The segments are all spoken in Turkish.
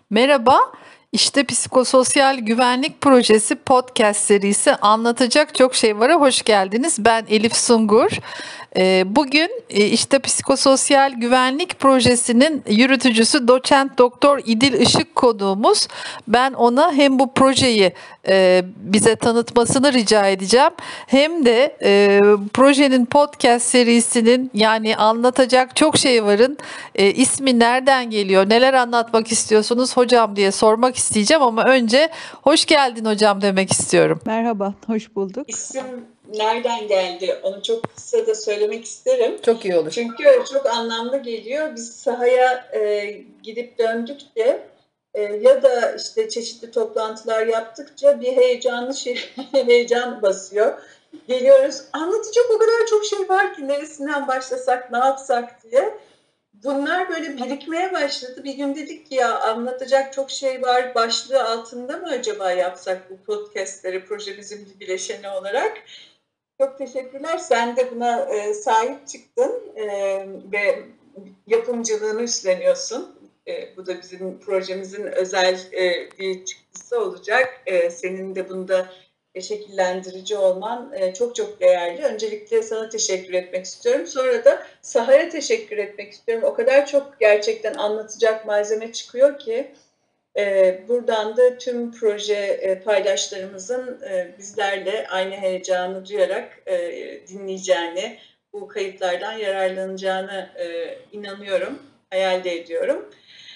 Merhaba, işte Psikososyal Güvenlik Projesi podcast serisi Anlatacak Çok Şey Var'a hoş geldiniz. Ben Elif Sungur. Bugün işte Psikososyal Güvenlik Projesi'nin yürütücüsü Doçent Doktor İdil Işık konuğumuz. Ben ona hem bu projeyi bize tanıtmasını rica edeceğim. Hem de projenin podcast serisinin yani Anlatacak Çok Şey Var'ın ismi nereden geliyor, neler anlatmak istiyorsunuz hocam diye sormak isteyeceğim ama önce hoş geldin hocam demek istiyorum. Merhaba, hoş bulduk. İsim nereden geldi onu çok kısa da söylemek isterim. Çok iyi olur. Çünkü çok anlamlı geliyor. Biz sahaya gidip döndükçe ya da işte çeşitli toplantılar yaptıkça bir heyecan basıyor. Geliyoruz, anlatacak o kadar çok şey var ki neresinden başlasak, ne yapsak diye. Bunlar böyle birikmeye başladı. Bir gün dedik ki ya anlatacak çok şey var, başlığı altında mı acaba yapsak bu podcastleri projemizin bir bileşeni olarak? Çok teşekkürler. Sen de buna sahip çıktın ve yapımcılığını üstleniyorsun. Bu da bizim projemizin özel bir çıktısı olacak. Senin de bunda şekillendirici olman çok çok değerli. Öncelikle sana teşekkür etmek istiyorum. Sonra da sahaya teşekkür etmek istiyorum. O kadar çok gerçekten anlatacak malzeme çıkıyor ki buradan da tüm proje paydaşlarımızın bizlerle aynı heyecanı duyarak dinleyeceğini, bu kayıtlardan yararlanacağını inanıyorum, hayal de ediyorum.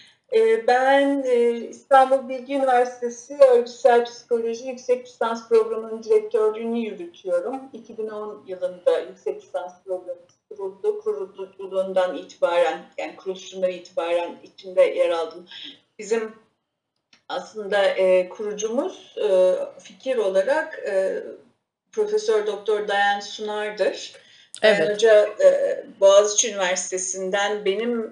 Ben İstanbul Bilgi Üniversitesi Örgütsel Psikoloji Yüksek Lisans Programı'nın direktörlüğünü yürütüyorum. 2010 yılında yüksek lisans programı kuruldu. Kurulduğundan itibaren, yani kuruluşundan itibaren içinde yer aldım. Bizim aslında kurucumuz fikir olarak Profesör Doktor Dayan Sunar'dır. Evet. Hoca Boğaziçi Üniversitesi'nden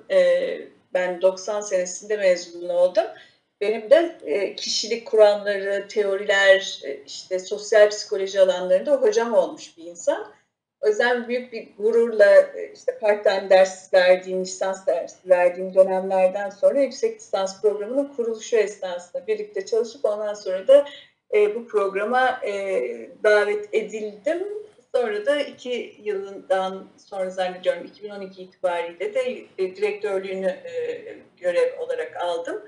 ben 90 senesinde mezun oldum. Benim de kişilik kuramları, teoriler, işte sosyal psikoloji alanlarında hocam olmuş bir insan. O yüzden büyük bir gururla işte part-time ders verdiğim, lisans dersi verdiğim dönemlerden sonra yüksek lisans programının kuruluşu esnasında birlikte çalışıp ondan sonra da bu programa davet edildim. Sonra da 2 yılından sonra zannediyorum 2012 itibariyle de direktörlüğünü görev olarak aldım.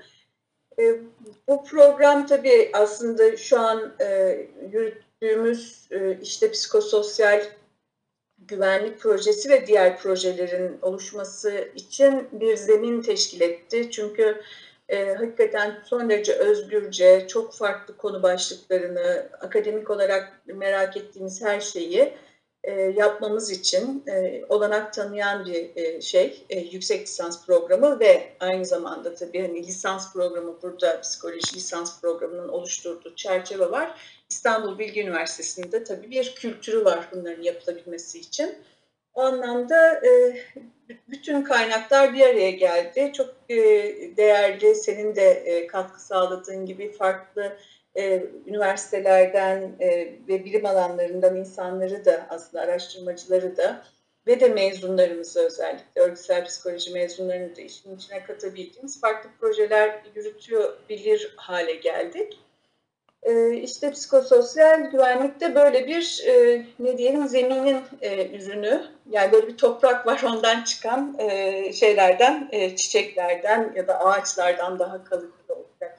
Bu program tabii aslında şu an yürüttüğümüz işte psikososyal güvenlik projesi ve diğer projelerin oluşması için bir zemin teşkil etti. Çünkü hakikaten son derece özgürce, çok farklı konu başlıklarını, akademik olarak merak ettiğimiz her şeyi yapmamız için olanak tanıyan bir yüksek lisans programı ve aynı zamanda tabii hani lisans programı, burada psikoloji lisans programının oluşturduğu çerçeve var. İstanbul Bilgi Üniversitesi'nde tabii bir kültürü var bunların yapılabilmesi için. O anlamda bütün kaynaklar bir araya geldi. Çok değerli, senin de katkı sağladığın gibi farklı üniversitelerden ve bilim alanlarından insanları da aslında araştırmacıları da ve de mezunlarımızı özellikle örgütsel psikoloji mezunlarını da işin içine katabildiğimiz farklı projeler yürütüyor hale geldik. İşte psikososyal güvenlikte böyle bir zeminin ürünü, yani böyle bir toprak var, ondan çıkan şeylerden, çiçeklerden ya da ağaçlardan daha kalıcı olacak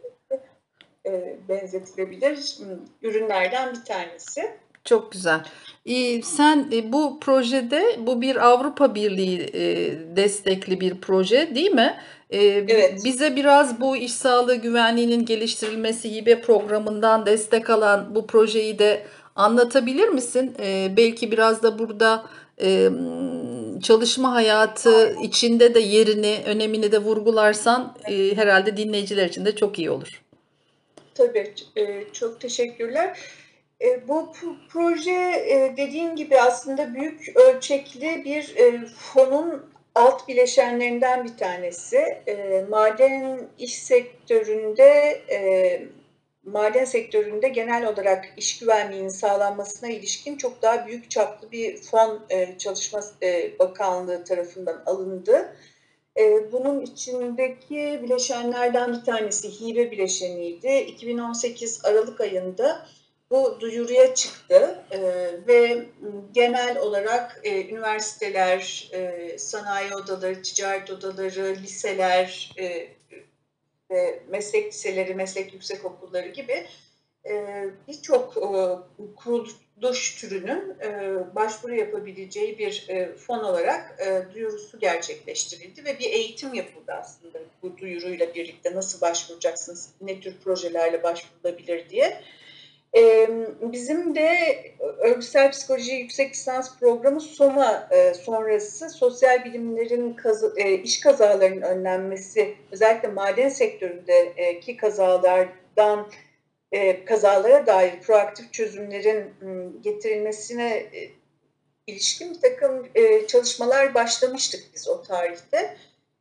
benzetilebilir ürünlerden bir tanesi. Çok güzel. Sen bu projede, bu bir Avrupa Birliği destekli bir proje değil mi? Evet. Bize biraz bu iş sağlığı güvenliğinin geliştirilmesi hibe programından destek alan bu projeyi de anlatabilir misin? Belki biraz da burada çalışma hayatı içinde de yerini, önemini de vurgularsan herhalde dinleyiciler için de çok iyi olur. Tabii, çok teşekkürler. Bu proje dediğim gibi aslında büyük ölçekli bir fonun alt bileşenlerinden bir tanesi. Maden sektöründe genel olarak iş güvenliğinin sağlanmasına ilişkin çok daha büyük çaplı bir fon Çalışma Bakanlığı tarafından alındı. Bunun içindeki bileşenlerden bir tanesi hibe bileşeniydi. 2018 Aralık ayında bu duyuruya çıktı ve genel olarak üniversiteler, sanayi odaları, ticaret odaları, liseler, meslek liseleri, meslek yüksekokulları gibi birçok kuruluş türünün başvuru yapabileceği bir fon olarak duyurusu gerçekleştirildi ve bir eğitim yapıldı aslında bu duyuruyla birlikte nasıl başvuracaksınız, ne tür projelerle başvurulabilir diye. Bizim de örgütsel psikoloji yüksek lisans programı SOMA sonrası sosyal bilimlerin iş kazalarının önlenmesi, özellikle maden sektöründeki kazalara dair proaktif çözümlerin getirilmesine ilişkin bir takım çalışmalar başlamıştık biz o tarihte.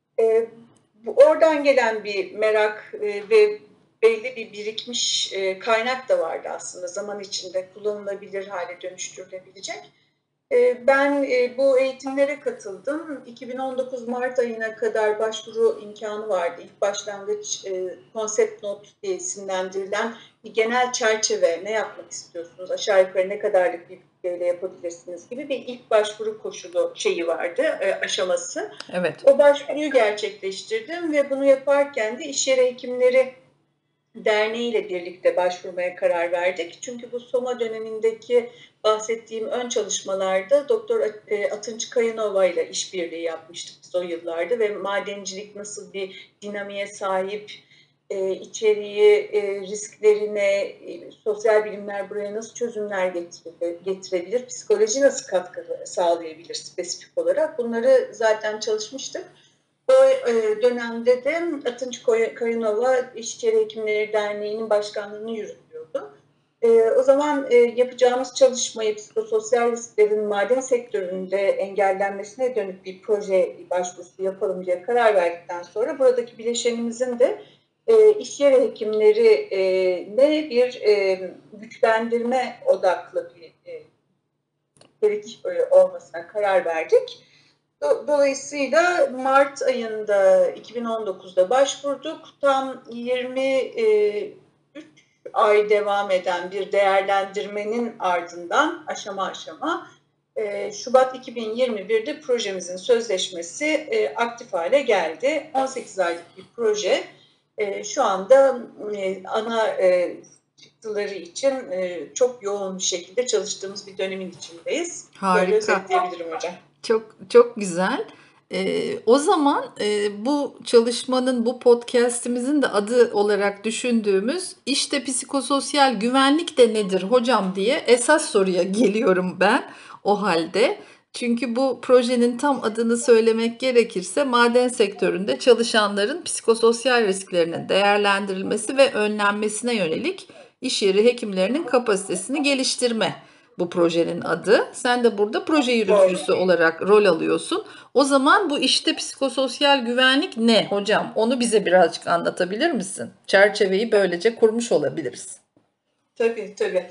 Oradan gelen bir merak ve belli bir birikmiş kaynak da vardı aslında, zaman içinde kullanılabilir hale dönüştürülebilecek. Ben bu eğitimlere katıldım. 2019 Mart ayına kadar başvuru imkanı vardı. İlk başlangıç konsept not diye isimlendirilen bir genel çerçeve, ne yapmak istiyorsunuz, aşağı yukarı ne kadarlık bir bütçeyle yapabilirsiniz gibi bir ilk başvuru koşulu vardı, aşaması. Evet. O başvuruyu gerçekleştirdim ve bunu yaparken de İş Yeri Hekimleri Derneği ile birlikte başvurmaya karar verdik. Çünkü bu SOMA dönemindeki bahsettiğim ön çalışmalarda Doktor Atınç Kayınova ile işbirliği yapmıştık biz o yıllarda ve madencilik nasıl bir dinamiğe sahip, içeriği, risklerine, sosyal bilimler buraya nasıl çözümler getirebilir, psikoloji nasıl katkı sağlayabilir spesifik olarak, bunları zaten çalışmıştık. O dönemde de Atınç Kayınova İş Yeri Hekimleri Derneği'nin başkanlığını yürütüyordu. O zaman yapacağımız çalışmayı psikososyal risklerin maden sektöründe engellenmesine dönük bir proje başvurusu yapalım diye karar verdikten sonra buradaki bileşenimizin de iş yeri hekimlerine bir güçlendirme odaklı bir içerik olmasına karar verdik. Dolayısıyla Mart ayında 2019'da başvurduk. Tam 23 ay devam eden bir değerlendirmenin ardından aşama aşama Şubat 2021'de projemizin sözleşmesi aktif hale geldi. 18 aylık bir proje. Şu anda ana çıktıları için çok yoğun bir şekilde çalıştığımız bir dönemin içindeyiz. Harika. Böyle özetleyebilirim hocam. Çok güzel. O zaman bu çalışmanın, bu podcast'imizin de adı olarak düşündüğümüz işte psikososyal güvenlik de nedir hocam diye esas soruya geliyorum ben o halde. Çünkü bu projenin tam adını söylemek gerekirse maden sektöründe çalışanların psikososyal risklerinin değerlendirilmesi ve önlenmesine yönelik iş yeri hekimlerinin kapasitesini geliştirme. Bu projenin adı. Sen de burada proje yürütücüsü olarak rol alıyorsun. O zaman bu işte psikososyal güvenlik ne hocam? Onu bize birazcık anlatabilir misin? Çerçeveyi böylece kurmuş olabiliriz. Tabii.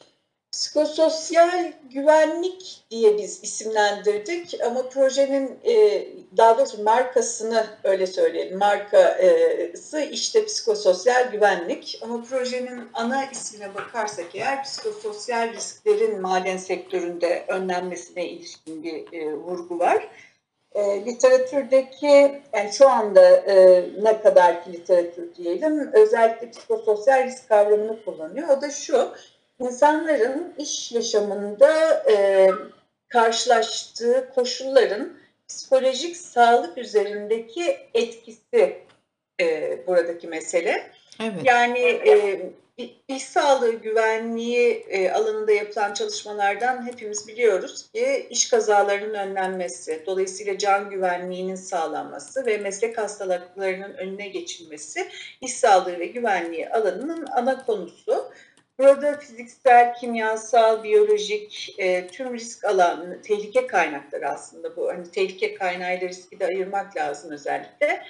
Psikososyal güvenlik diye biz isimlendirdik ama projenin daha doğrusu markasını öyle söyleyelim. Markası işte psikososyal güvenlik ama projenin ana ismine bakarsak eğer psikososyal risklerin maden sektöründe önlenmesine ilişkin bir vurgu var. Literatürdeki, yani şu anda ne kadar ki literatür diyelim, özellikle psikososyal risk kavramını kullanıyor. O da şu: İnsanların iş yaşamında karşılaştığı koşulların psikolojik sağlık üzerindeki etkisi buradaki mesele. Evet. Yani iş sağlığı güvenliği alanında yapılan çalışmalardan hepimiz biliyoruz ki iş kazalarının önlenmesi, dolayısıyla can güvenliğinin sağlanması ve meslek hastalıklarının önüne geçilmesi iş sağlığı ve güvenliği alanının ana konusu. Burada fiziksel, kimyasal, biyolojik tüm risk alanı, tehlike kaynakları aslında bu. Hani tehlike kaynağıyla riski de ayırmak lazım özellikle.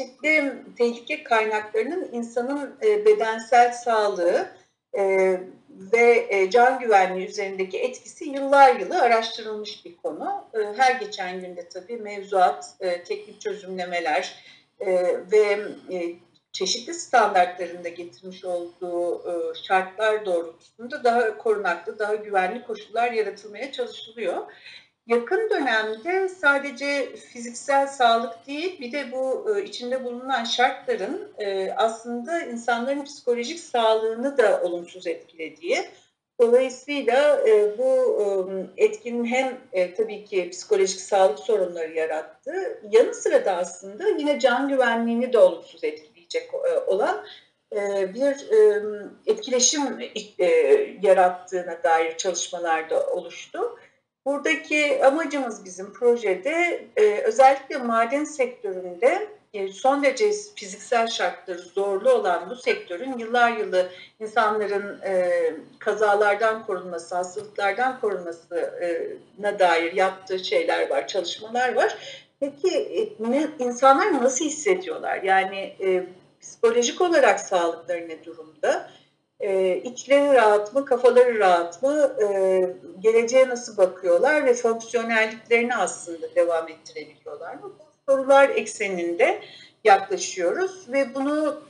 Çeşitli tehlike kaynaklarının insanın bedensel sağlığı can güvenliği üzerindeki etkisi yıllar yılı araştırılmış bir konu. Her geçen günde tabii mevzuat, teknik çözümlemeler ve çeşitli standartların da getirmiş olduğu şartlar doğrultusunda daha korunaklı, daha güvenli koşullar yaratılmaya çalışılıyor. Yakın dönemde sadece fiziksel sağlık değil, bir de bu içinde bulunan şartların aslında insanların psikolojik sağlığını da olumsuz etkilediği. Dolayısıyla bu etkinin hem tabii ki psikolojik sağlık sorunları yarattı, yanı sıra da aslında yine can güvenliğini de olumsuz etkileyecek olan bir etkileşim yarattığına dair çalışmalar da oluştu. Buradaki amacımız bizim projede özellikle maden sektöründe son derece fiziksel şartları zorlu olan bu sektörün yıllar yılı insanların kazalardan korunması, hastalıklardan korunmasına dair yaptığı şeyler var, çalışmalar var. Peki insanlar nasıl hissediyorlar? Yani psikolojik olarak sağlıkları ne durumda? İçleri rahat mı, kafaları rahat mı, geleceğe nasıl bakıyorlar ve fonksiyonelliklerini aslında devam ettirebiliyorlar mı? Bu sorular ekseninde yaklaşıyoruz ve bunu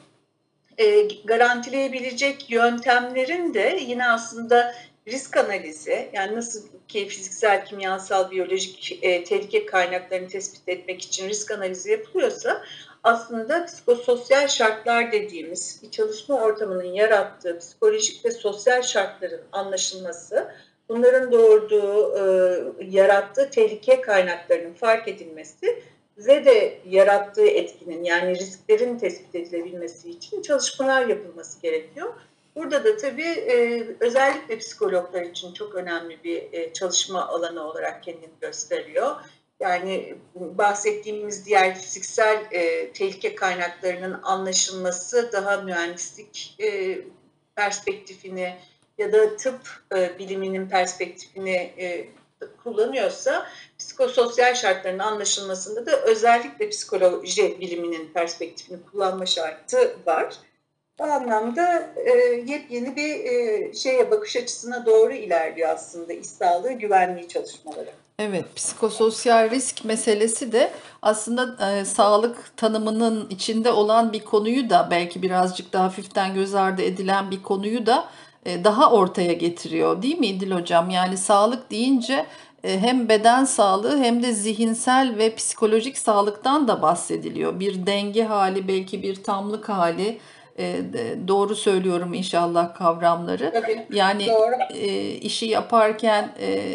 garantileyebilecek yöntemlerin de yine aslında risk analizi, yani nasıl ki fiziksel, kimyasal, biyolojik tehlike kaynaklarını tespit etmek için risk analizi yapılıyorsa, aslında psikososyal şartlar dediğimiz bir çalışma ortamının yarattığı psikolojik ve sosyal şartların anlaşılması, bunların doğurduğu, yarattığı tehlike kaynaklarının fark edilmesi ve de yarattığı etkinin, yani risklerin tespit edilebilmesi için çalışmalar yapılması gerekiyor. Burada da tabii özellikle psikologlar için çok önemli bir çalışma alanı olarak kendini gösteriyor. Yani bahsettiğimiz diğer fiziksel tehlike kaynaklarının anlaşılması daha mühendislik perspektifini ya da tıp biliminin perspektifini kullanıyorsa, psikososyal şartların anlaşılmasında da özellikle psikoloji biliminin perspektifini kullanma şartı var. Bu anlamda yepyeni bir bakış açısına doğru ilerliyor aslında iş sağlığı güvenliği çalışmaları. Evet, psikososyal risk meselesi de aslında sağlık tanımının içinde olan bir konuyu da belki birazcık daha hafiften göz ardı edilen bir konuyu da daha ortaya getiriyor, değil mi İdil Hocam? Yani sağlık deyince hem beden sağlığı hem de zihinsel ve psikolojik sağlıktan da bahsediliyor. Bir denge hali, belki bir tamlık hali. Doğru söylüyorum inşallah kavramları. Tabii, Yani doğru. işi yaparken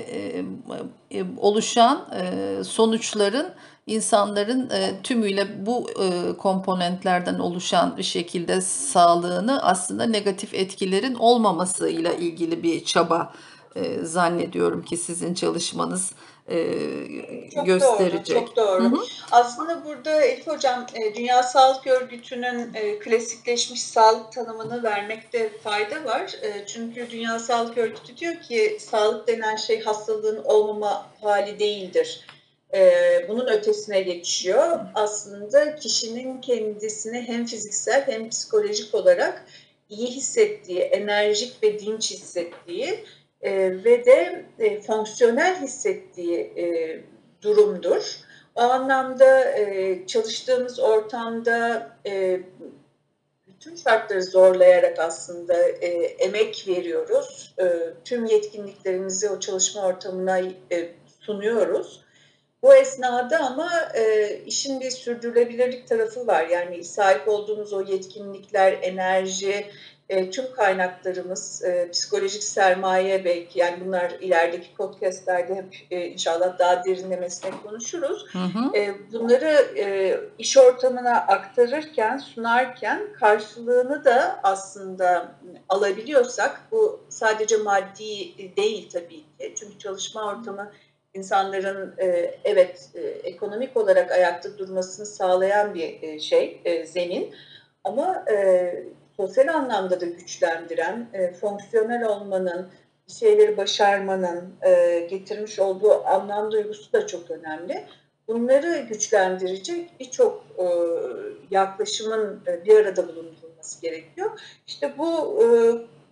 oluşan sonuçların insanların tümüyle bu komponentlerden oluşan bir şekilde sağlığını aslında negatif etkilerin olmamasıyla ilgili bir çaba zannediyorum ki sizin çalışmanız Çok gösterecek. doğru, çok doğru. Hı hı. Aslında burada Elif Hocam, Dünya Sağlık Örgütü'nün klasikleşmiş sağlık tanımını vermekte fayda var. Çünkü Dünya Sağlık Örgütü diyor ki sağlık denen şey hastalığın olmama hali değildir. Bunun ötesine geçiyor. Aslında kişinin kendisini hem fiziksel hem psikolojik olarak iyi hissettiği, enerjik ve dinç hissettiği ve de fonksiyonel hissettiği durumdur. O anlamda çalıştığımız ortamda bütün şartları zorlayarak aslında emek veriyoruz. Tüm yetkinliklerimizi o çalışma ortamına sunuyoruz. Bu esnada ama işin bir sürdürülebilirlik tarafı var. Yani sahip olduğumuz o yetkinlikler, enerji, tüm kaynaklarımız, psikolojik sermaye belki, yani bunlar ilerideki podcastlerde hep inşallah daha derinlemesine konuşuruz. Hı hı. Bunları iş ortamına aktarırken, sunarken karşılığını da aslında alabiliyorsak, bu sadece maddi değil tabii ki. Çünkü çalışma ortamı insanların ekonomik olarak ayakta durmasını sağlayan bir zemin. Ama sosyal anlamda da güçlendiren, fonksiyonel olmanın, bir şeyleri başarmanın getirmiş olduğu anlam duygusu da çok önemli. Bunları güçlendirecek birçok yaklaşımın bir arada bulundurulması gerekiyor. İşte bu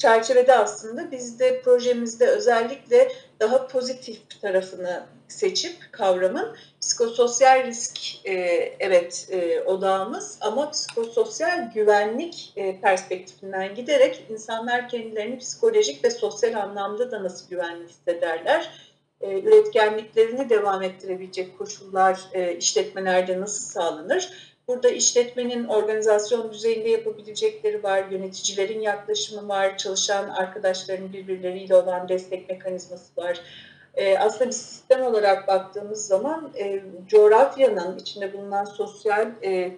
çerçevede aslında biz de projemizde özellikle daha pozitif tarafını seçip kavramın psikososyal risk odağımız ama psikososyal güvenlik perspektifinden giderek insanlar kendilerini psikolojik ve sosyal anlamda da nasıl güvenli hissederler, üretkenliklerini devam ettirebilecek koşullar işletmelerde nasıl sağlanır? Burada işletmenin organizasyon düzeyinde yapabilecekleri var, yöneticilerin yaklaşımı var, çalışan arkadaşların birbirleriyle olan destek mekanizması var. Aslında bir sistem olarak baktığımız zaman coğrafyanın, içinde bulunan sosyal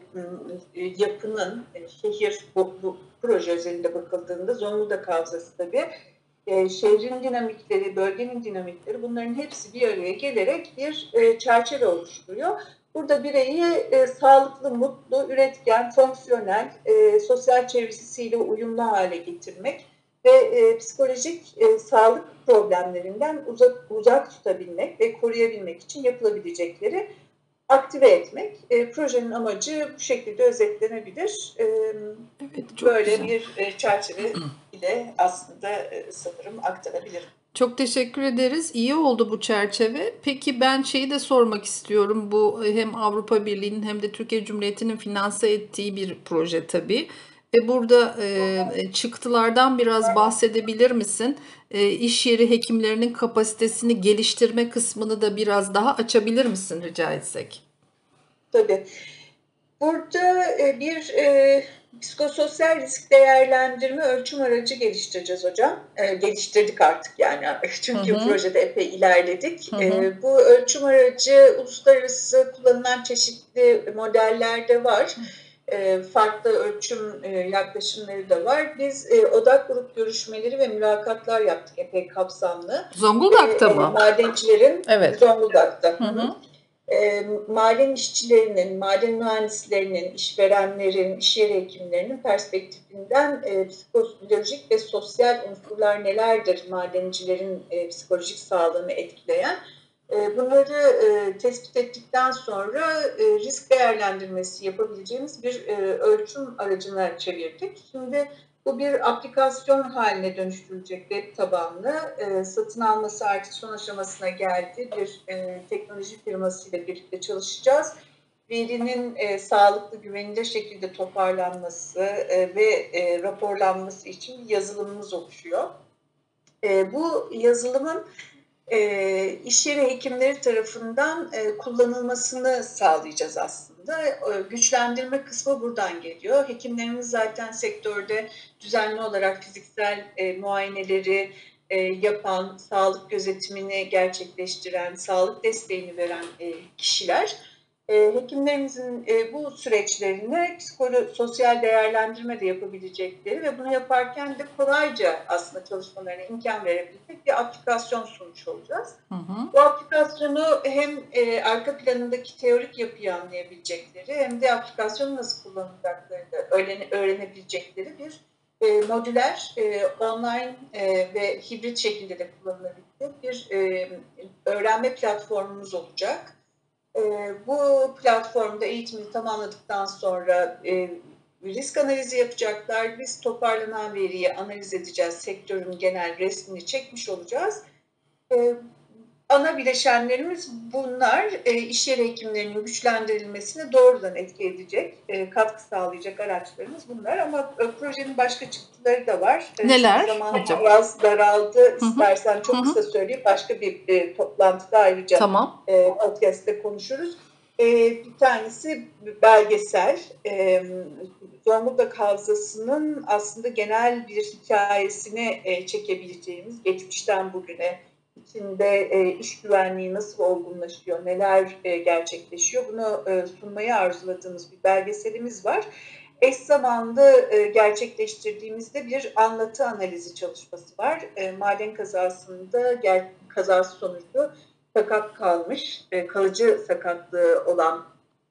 yapının, şehir, bu proje özelinde bakıldığında Zonguldak Havzası tabii, şehrin dinamikleri, bölgenin dinamikleri, bunların hepsi bir araya gelerek bir çerçeve oluşturuyor. Burada bireyi sağlıklı, mutlu, üretken, fonksiyonel, sosyal çevresiyle uyumlu hale getirmek ve psikolojik sağlık problemlerinden uzak tutabilmek ve koruyabilmek için yapılabilecekleri aktive etmek. Projenin amacı bu şekilde özetlenebilir. Evet, böyle güzel. bir çerçeve ile aslında sanırım aktarabilirim. Çok teşekkür ederiz. İyi oldu bu çerçeve. Peki ben şeyi de sormak istiyorum. Bu hem Avrupa Birliği'nin hem de Türkiye Cumhuriyeti'nin finanse ettiği bir proje tabii. Ve burada çıktılardan biraz bahsedebilir misin? İş yeri hekimlerinin kapasitesini geliştirme kısmını da biraz daha açabilir misin rica etsek? Tabii. Burada bir psikososyal risk değerlendirme ölçüm aracı geliştireceğiz hocam. Geliştirdik artık yani çünkü projede epey ilerledik. Bu ölçüm aracı uluslararası kullanılan çeşitli modellerde var. Farklı ölçüm yaklaşımları da var. Biz odak grup görüşmeleri ve mülakatlar yaptık epey kapsamlı. Zonguldak'ta mı? Madencilerin Evet. Zonguldak'ta. Maden işçilerinin, maden mühendislerinin, işverenlerin, iş yeri hekimlerinin perspektifinden psikolojik ve sosyal unsurlar nelerdir madencilerin psikolojik sağlığını etkileyen? Bunları tespit ettikten sonra risk değerlendirmesi yapabileceğimiz bir ölçüm aracına çevirdik. Şimdi bu bir aplikasyon haline dönüştürülecek web tabanlı, satın alması artık son aşamasına geldi. Bir teknoloji firmasıyla birlikte çalışacağız. Verinin sağlıklı, güvenilir şekilde toparlanması ve raporlanması için bir yazılımımız oluşuyor. Bu yazılımın iş yeri hekimleri tarafından kullanılmasını sağlayacağız aslında. Güçlendirme kısmı buradan geliyor. Hekimlerimiz zaten sektörde düzenli olarak fiziksel muayeneleri yapan, sağlık gözetimini gerçekleştiren, sağlık desteğini veren kişiler. Hekimlerimizin bu süreçlerini psikososyal değerlendirme de yapabilecekleri ve bunu yaparken de kolayca aslında çalışmalarına imkan verebilecek bir aplikasyon sunmuş olacağız. Bu aplikasyonu hem arka planındaki teorik yapıyı anlayabilecekleri hem de aplikasyonu nasıl kullanacaklarını da öğrenebilecekleri bir modüler, online ve hibrit şekilde de kullanılabilecek bir öğrenme platformumuz olacak. Bu platformda eğitimini tamamladıktan sonra risk analizi yapacaklar. Biz toparlanan veriyi analiz edeceğiz. Sektörün genel resmini çekmiş olacağız. Ana bileşenlerimiz bunlar. İş yeri hekimlerinin güçlendirilmesine doğrudan etki edecek, katkı sağlayacak araçlarımız bunlar. Ama projenin başka çıktıları da var. Neler? Zaman biraz daraldı. İstersen çok kısa söyleyeyim. Başka bir toplantıda ayrıca podcast'te konuşuruz. Bir tanesi belgesel. Zonguldak Havzası'nın aslında genel bir hikayesini çekebileceğimiz, geçmişten bugüne, içinde iş güvenliği nasıl olgunlaşıyor, neler gerçekleşiyor, bunu sunmayı arzuladığımız bir belgeselimiz var. Eş zamanlı gerçekleştirdiğimizde bir anlatı analizi çalışması var. Maden kazasında kazası sonucu sakat kalmış, kalıcı sakatlığı olan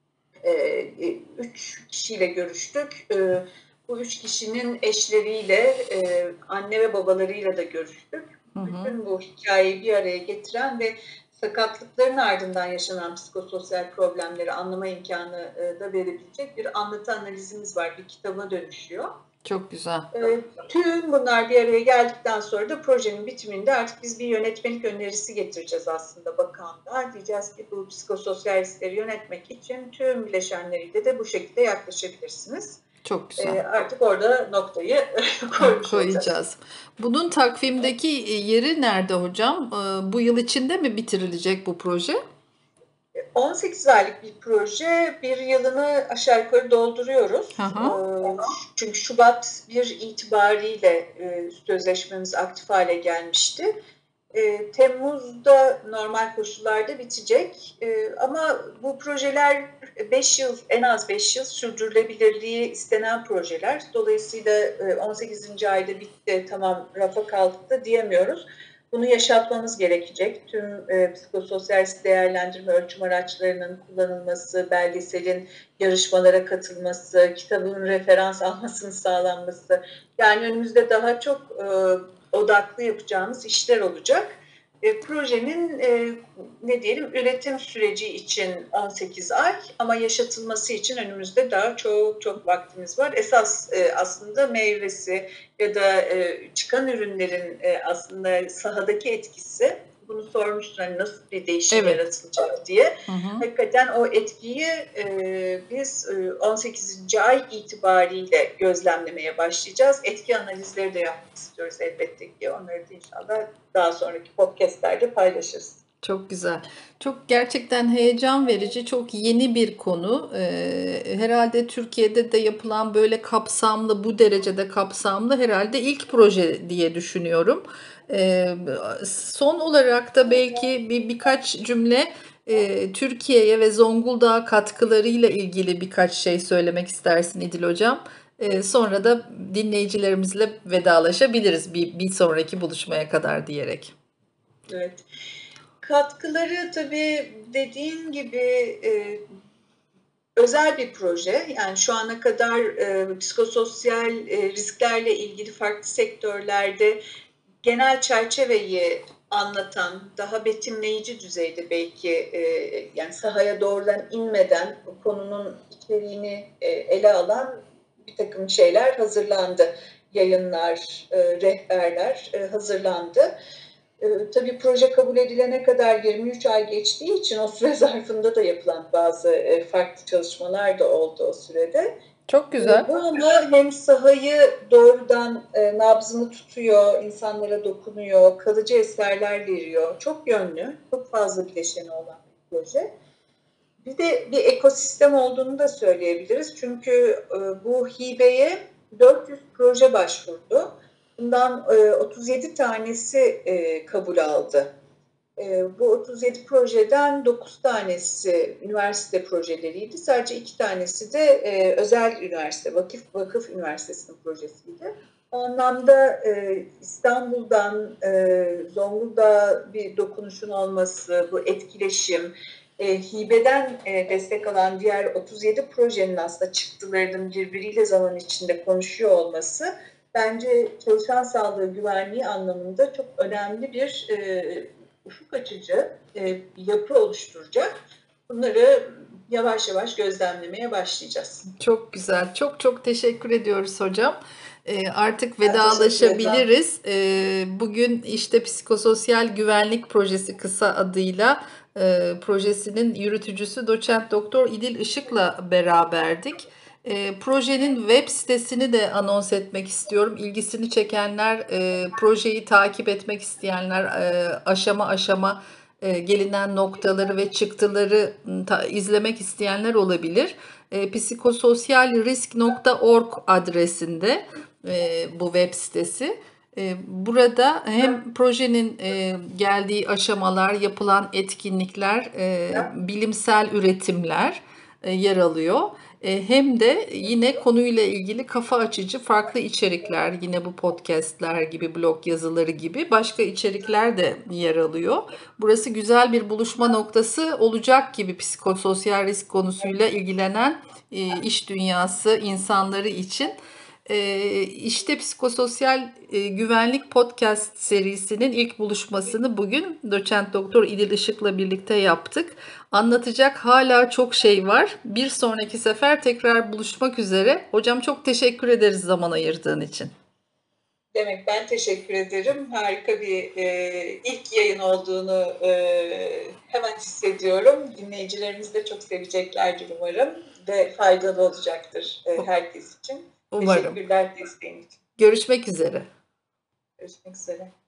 3 kişiyle görüştük. Bu 3 kişinin eşleriyle, anne ve babalarıyla da görüştük. Bütün bu hikayeyi bir araya getiren ve sakatlıkların ardından yaşanan psikososyal problemleri anlama imkanı da verebilecek bir anlatı analizimiz var. Bir kitaba dönüşüyor. Çok güzel. Tüm bunlar bir araya geldikten sonra da projenin bitiminde artık biz bir yönetmelik önerisi getireceğiz aslında bakanlığa. Diyeceğiz ki bu psikososyal riskleri yönetmek için tüm bileşenleriyle de bu şekilde yaklaşabilirsiniz. Çok güzel. Artık orada noktayı koymuş olacağız. Koyacağız. Bunun takvimdeki yeri nerede hocam? Bu yıl içinde mi bitirilecek bu proje? 18 aylık bir proje. Bir yılını aşağı yukarı dolduruyoruz. Çünkü Şubat 1 itibariyle sözleşmemiz aktif hale gelmişti. Temmuz'da normal koşullarda bitecek. Ama bu projeler 5 yıl, en az 5 yıl sürdürülebilirliği istenen projeler. Dolayısıyla 18. ayda bitti, tamam rafa kalktı diyemiyoruz. Bunu yaşatmamız gerekecek. Tüm psikososyal değerlendirme ölçüm araçlarının kullanılması, belgeselin yarışmalara katılması, kitabın referans almasının sağlanması. Yani önümüzde daha çok odaklı yapacağımız işler olacak. Projenin ne diyelim üretim süreci için 18 ay ama yaşatılması için önümüzde daha çok vaktimiz var. Esas aslında meyvesi ya da çıkan ürünlerin aslında sahadaki etkisi. Bunu sormuştun hani nasıl bir değişim yaratılacak diye. Hakikaten o etkiyi biz 18. ay itibariyle gözlemlemeye başlayacağız. Etki analizleri de yapmak istiyoruz elbette ki. Onları da inşallah daha sonraki podcastlerde paylaşırız. Çok güzel. Çok gerçekten heyecan verici, çok yeni bir konu. Herhalde Türkiye'de de yapılan böyle kapsamlı, bu derecede kapsamlı herhalde ilk proje diye düşünüyorum. Son olarak da belki birkaç cümle Türkiye'ye ve Zonguldak'a katkılarıyla ilgili birkaç şey söylemek istersin İdil Hocam. Sonra da dinleyicilerimizle vedalaşabiliriz bir sonraki buluşmaya kadar diyerek. Evet. Katkıları tabii dediğin gibi özel bir proje. Yani şu ana kadar psikososyal risklerle ilgili farklı sektörlerde genel çerçeveyi anlatan, daha betimleyici düzeyde belki yani sahaya doğrudan inmeden konunun içeriğini ele alan bir takım şeyler hazırlandı. Yayınlar, rehberler hazırlandı. Tabii proje kabul edilene kadar 23 ay geçtiği için o süre zarfında da yapılan bazı farklı çalışmalar da oldu o sürede. Çok güzel. Bu ama hem sahayı doğrudan nabzını tutuyor, insanlara dokunuyor, kalıcı eserler veriyor. Çok yönlü, çok fazla bileşeni olan bir proje. Bir de bir ekosistem olduğunu da söyleyebiliriz. Çünkü bu hibeye 400 proje başvurdu. Bundan 37 tanesi kabul aldı. Bu 37 projeden 9 tanesi üniversite projeleriydi. Sadece 2 tanesi de özel üniversite, vakıf üniversitesinin projesiydi. O anlamda İstanbul'dan Zonguldak'a bir dokunuşun olması, bu etkileşim, hibeden destek alan diğer 37 projenin aslında çıktılarının birbiriyle zaman içinde konuşuyor olması bence çalışan sağlığı güvenliği anlamında çok önemli bir ufuk açıcı yapı oluşturacak. Bunları yavaş yavaş gözlemlemeye başlayacağız. Çok güzel. Çok teşekkür ediyoruz hocam. Artık vedalaşabiliriz. Bugün işte Psikososyal Güvenlik Projesi kısa adıyla projesinin yürütücüsü Doçent Doktor İdil Işık'la beraberdik. Projenin web sitesini de anons etmek istiyorum. İlgisini çekenler, projeyi takip etmek isteyenler, aşama aşama gelinen noktaları ve çıktıları izlemek isteyenler olabilir. Psikososyalrisk.org adresinde bu web sitesi. Burada hem projenin geldiği aşamalar, yapılan etkinlikler, bilimsel üretimler yer alıyor. Hem de yine konuyla ilgili kafa açıcı farklı içerikler, yine bu podcastler gibi, blog yazıları gibi başka içerikler de yer alıyor. Burası güzel bir buluşma noktası olacak gibi psikososyal risk konusuyla ilgilenen iş dünyası insanları için. İşte Psikososyal Güvenlik Podcast serisinin ilk buluşmasını bugün doçent doktor İdil Işık'la birlikte yaptık. Anlatacak hala çok şey var. Bir sonraki sefer tekrar buluşmak üzere. Hocam çok teşekkür ederiz zaman ayırdığın için. Demek ben teşekkür ederim. Harika bir ilk yayın olduğunu hemen hissediyorum. Dinleyicilerimiz de çok seveceklerdir umarım ve faydalı olacaktır herkes için. Umarım. Teşekkürler desteğin için. Görüşmek üzere. Görüşmek üzere.